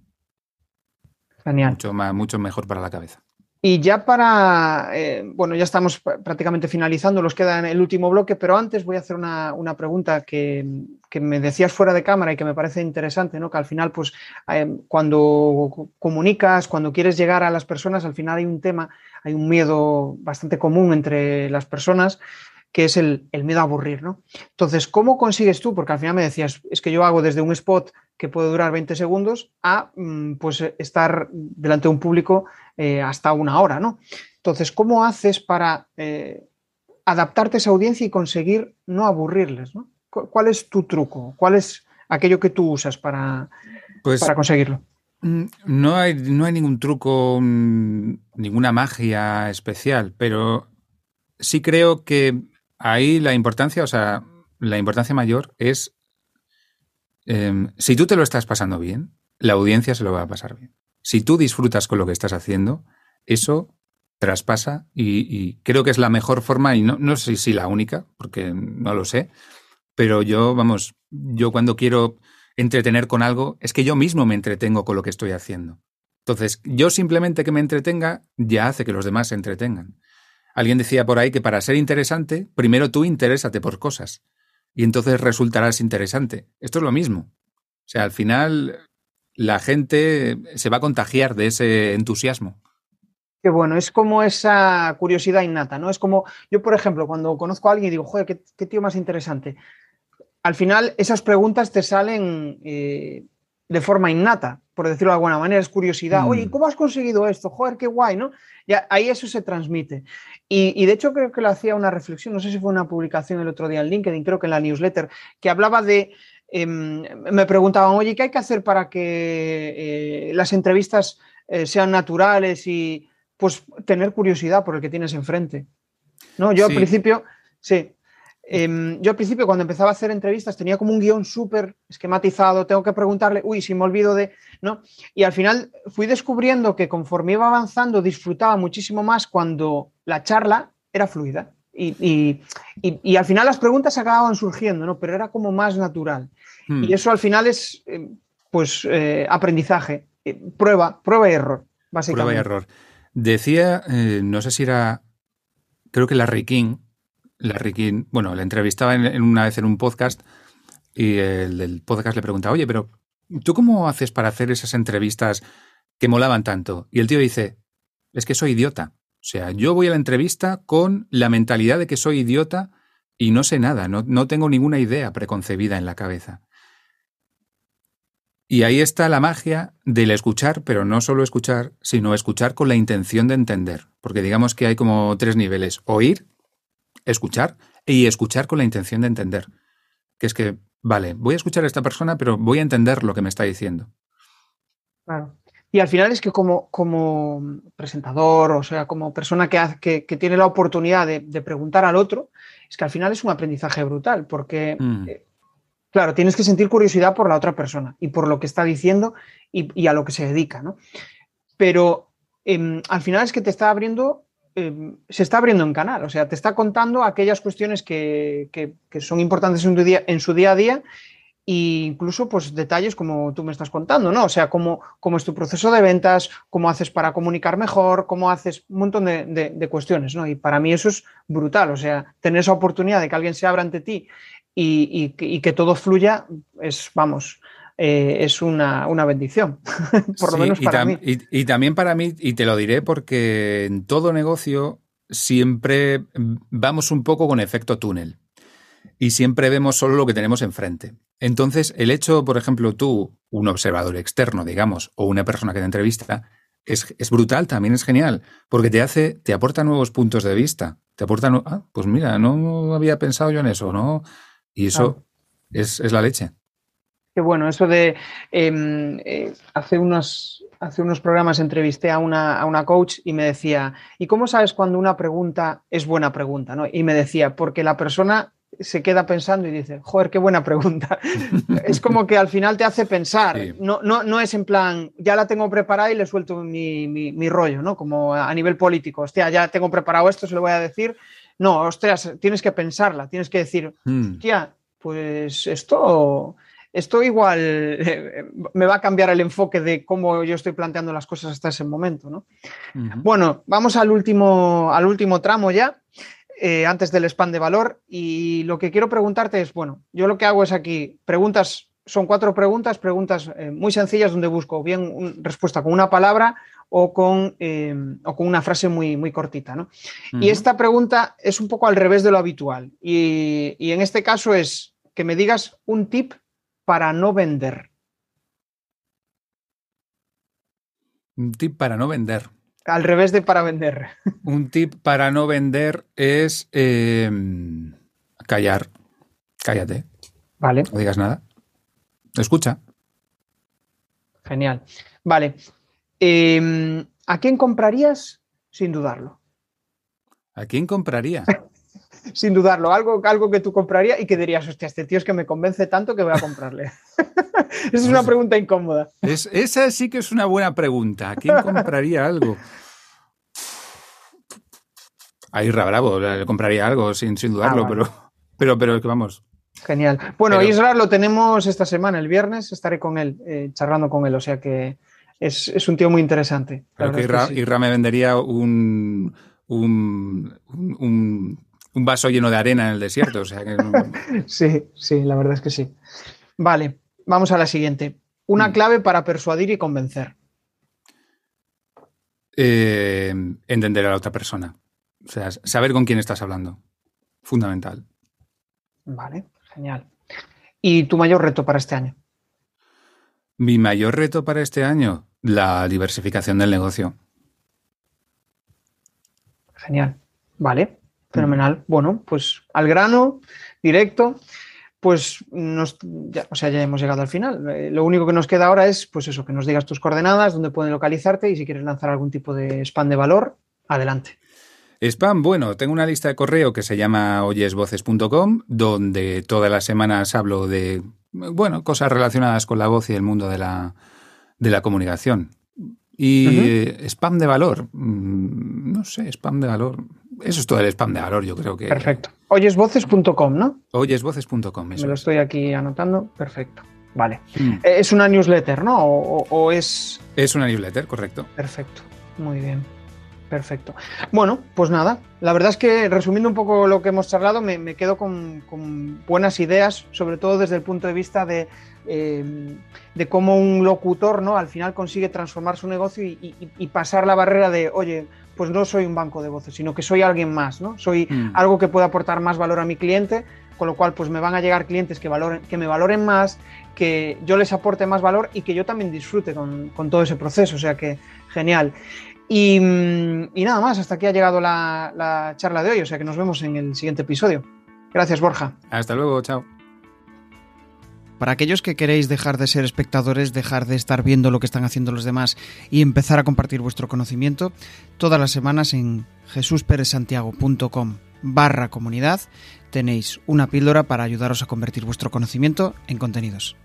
Genial. Mucho, más, mucho mejor para la cabeza. Y ya para, eh, bueno, ya estamos prácticamente finalizando, nos queda en el último bloque, pero antes voy a hacer una, una pregunta que, que me decías fuera de cámara y que me parece interesante, ¿no? Que al final, pues, eh, cuando comunicas, cuando quieres llegar a las personas, al final hay un tema, hay un miedo bastante común entre las personas, que es el, el miedo a aburrir, ¿no? Entonces, ¿cómo consigues tú? Porque al final me decías, es que yo hago desde un spot que puede durar veinte segundos a, pues, estar delante de un público eh, hasta una hora, ¿no? Entonces, ¿cómo haces para eh, adaptarte a esa audiencia y conseguir no aburrirles, ¿no? ¿Cuál es tu truco? ¿Cuál es aquello que tú usas para, pues, para conseguirlo? No hay, no hay ningún truco, ninguna magia especial, pero sí creo que ahí la importancia, o sea, la importancia mayor es eh, si tú te lo estás pasando bien, la audiencia se lo va a pasar bien. Si tú disfrutas con lo que estás haciendo, eso traspasa y, y creo que es la mejor forma, y no, no sé si la única, porque no lo sé, pero yo, vamos, yo cuando quiero entretener con algo, es que yo mismo me entretengo con lo que estoy haciendo. Entonces, yo simplemente que me entretenga ya hace que los demás se entretengan. Alguien decía por ahí que para ser interesante, primero tú interésate por cosas y entonces resultarás interesante. Esto es lo mismo. O sea, al final la gente se va a contagiar de ese entusiasmo. Qué bueno, es como esa curiosidad innata, ¿no? Es como, yo por ejemplo, cuando conozco a alguien y digo, joder, qué, qué tío más interesante. Al final esas preguntas te salen eh, de forma innata, por decirlo de alguna manera, es curiosidad. Mm. Oye, ¿cómo has conseguido esto? Joder, qué guay, ¿no? Ya, ahí eso se transmite. Y, y de hecho creo que lo hacía una reflexión, no sé si fue una publicación el otro día en LinkedIn, creo que en la newsletter, que hablaba de, eh, me preguntaban, oye, ¿qué hay que hacer para que eh, las entrevistas eh, sean naturales y pues tener curiosidad por el que tienes enfrente? ¿No? Yo sí. al principio, sí. Eh, yo al principio cuando empezaba a hacer entrevistas tenía como un guión súper esquematizado, tengo que preguntarle, uy, si me olvido de, ¿no? Y al final fui descubriendo que conforme iba avanzando disfrutaba muchísimo más cuando la charla era fluida y, y, y, y al final las preguntas acababan surgiendo, ¿no? Pero era como más natural. Hmm. Y eso al final es, eh, pues, eh, aprendizaje, eh, prueba, prueba y error, básicamente. Prueba y error. Decía, eh, no sé si era, creo que Larry King, Larry King, bueno, le entrevistaba en, en una vez en un podcast y el del podcast le preguntaba, oye, pero ¿tú cómo haces para hacer esas entrevistas que molaban tanto? Y el tío dice, es que soy idiota. O sea, yo voy a la entrevista con la mentalidad de que soy idiota y no sé nada, no, no tengo ninguna idea preconcebida en la cabeza. Y ahí está la magia del escuchar, pero no solo escuchar, sino escuchar con la intención de entender. Porque digamos que hay como tres niveles, oír, escuchar y escuchar con la intención de entender. Que es que, vale, voy a escuchar a esta persona, pero voy a entender lo que me está diciendo. Claro. Y al final es que como, como presentador, o sea, como persona que, hace, que, que tiene la oportunidad de, de preguntar al otro, es que al final es un aprendizaje brutal, porque, mm. eh, claro, tienes que sentir curiosidad por la otra persona y por lo que está diciendo y, y a lo que se dedica, ¿no? Pero eh, al final es que te está abriendo, eh, se está abriendo en canal, o sea, te está contando aquellas cuestiones que, que, que son importantes en, tu día, en su día a día. E incluso pues detalles como tú me estás contando, ¿no? O sea, cómo, cómo es tu proceso de ventas, cómo haces para comunicar mejor, cómo haces un montón de, de, de cuestiones, ¿no? Y para mí eso es brutal, o sea, tener esa oportunidad de que alguien se abra ante ti y, y, y que todo fluya es, vamos, eh, es una, una bendición, por sí, lo menos para y mí. Y, y también para mí, y te lo diré porque en todo negocio siempre vamos un poco con efecto túnel. Y siempre vemos solo lo que tenemos enfrente. Entonces, el hecho, por ejemplo, tú, un observador externo, digamos, o una persona que te entrevista, es, es brutal, también es genial, porque te hace, te aporta nuevos puntos de vista. Te aporta, ah, pues mira, no había pensado yo en eso, ¿no? Y eso claro. es, es la leche. Qué bueno, eso de eh, eh, hace unos... Hace unos programas entrevisté a una, a una coach y me decía, ¿y cómo sabes cuando una pregunta es buena pregunta? ¿No? Y me decía, porque la persona se queda pensando y dice, joder, qué buena pregunta. Es como que al final te hace pensar, sí. no, no, no es en plan, ya la tengo preparada y le suelto mi, mi, mi rollo, ¿no? Como a nivel político, hostia, ya tengo preparado esto, se lo voy a decir. No, ostras, tienes que pensarla, tienes que decir, hostia, pues esto... Esto igual eh, me va a cambiar el enfoque de cómo yo estoy planteando las cosas hasta ese momento, ¿no? Uh-huh. Bueno, vamos al último, al último tramo ya, eh, antes del spam de valor. Y lo que quiero preguntarte es, bueno, yo lo que hago es aquí, preguntas, son cuatro preguntas, preguntas eh, muy sencillas donde busco bien un, respuesta con una palabra o con, eh, o con una frase muy, muy cortita, ¿no? Uh-huh. Y esta pregunta es un poco al revés de lo habitual. Y, y en este caso es que me digas un tip para no vender. Un tip para no vender. Al revés de para vender. Un tip para no vender es eh, callar. Cállate. Vale. No digas nada. Escucha. Genial. Vale. Eh, ¿A quién comprarías sin dudarlo? ¿A quién compraría? Sin dudarlo, algo, algo que tú comprarías y que dirías, hostia, este tío es que me convence tanto que voy a comprarle. Esa es una pregunta incómoda. Es, esa sí que es una buena pregunta. ¿A quién compraría algo? A Isra Bravo le compraría algo sin, sin dudarlo, ah, vale. pero, pero, pero es que vamos. Genial. Bueno, pero... Isra lo tenemos esta semana, el viernes, estaré con él, eh, charlando con él, o sea que es, es un tío muy interesante. Claro que Isra, que sí. Isra me vendería un, un, un, un un vaso lleno de arena en el desierto. O sea que no... Sí, sí, la verdad es que sí. Vale, vamos a la siguiente. Una mm. clave para persuadir y convencer. Eh, entender a la otra persona. O sea, saber con quién estás hablando. Fundamental. Vale, genial. ¿Y tu mayor reto para este año? Mi mayor reto para este año, la diversificación del negocio. Genial. Vale. Fenomenal. Bueno, pues al grano, directo, pues nos, ya, o sea, ya hemos llegado al final. Eh, lo único que nos queda ahora es, pues eso, que nos digas tus coordenadas, dónde pueden localizarte y si quieres lanzar algún tipo de spam de valor, adelante. Spam, bueno, tengo una lista de correo que se llama oyesvoces punto com, donde todas las semanas hablo de, bueno, cosas relacionadas con la voz y el mundo de la, de la comunicación. Y uh-huh. spam de valor, no sé, spam de valor... Eso es todo el spam de valor, yo creo que... Perfecto. oyesvoces punto com, ¿no? oyesvoces punto com, eso Me lo es. estoy aquí anotando. Perfecto. Vale. Mm. Es una newsletter, ¿no? O, o es... Es una newsletter, correcto. Perfecto. Muy bien. Perfecto. Bueno, pues nada. La verdad es que, resumiendo un poco lo que hemos charlado, me, me quedo con, con buenas ideas, sobre todo desde el punto de vista de, eh, de cómo un locutor, ¿no? Al final consigue transformar su negocio y, y, y pasar la barrera de, oye... pues no soy un banco de voces, sino que soy alguien más, ¿no? Soy mm. algo que puede aportar más valor a mi cliente, con lo cual pues me van a llegar clientes que, valoren, que me valoren más, que yo les aporte más valor y que yo también disfrute con, con todo ese proceso, o sea que genial. Y, y nada más, hasta aquí ha llegado la, la charla de hoy, o sea que nos vemos en el siguiente episodio. Gracias, Borja. Hasta luego, chao. Para aquellos que queréis dejar de ser espectadores, dejar de estar viendo lo que están haciendo los demás y empezar a compartir vuestro conocimiento, todas las semanas en jesusperezsantiago.com barra comunidad tenéis una píldora para ayudaros a convertir vuestro conocimiento en contenidos.